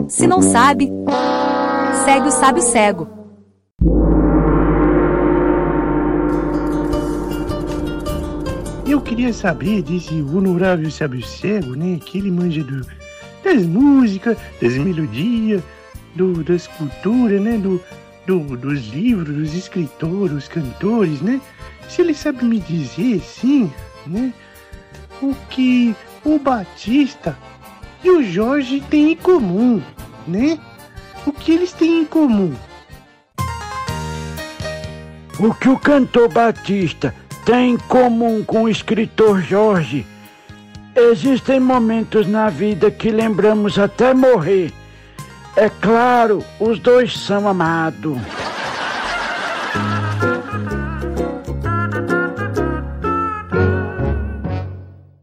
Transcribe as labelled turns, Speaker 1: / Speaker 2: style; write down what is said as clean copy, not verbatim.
Speaker 1: Se não sabe, segue o sábio cego.
Speaker 2: Eu queria saber desse honorável sábio cego, né? Que ele manja das músicas, das melodias, das culturas, né? Dos livros, dos escritores, dos cantores, né? Se ele sabe me dizer, sim, né? O que o Batista e o Jorge têm em comum, né? O que eles têm em comum?
Speaker 3: O que o cantor Batista tem em comum com o escritor Jorge? Existem momentos na vida que lembramos até morrer. É claro, os dois são amados.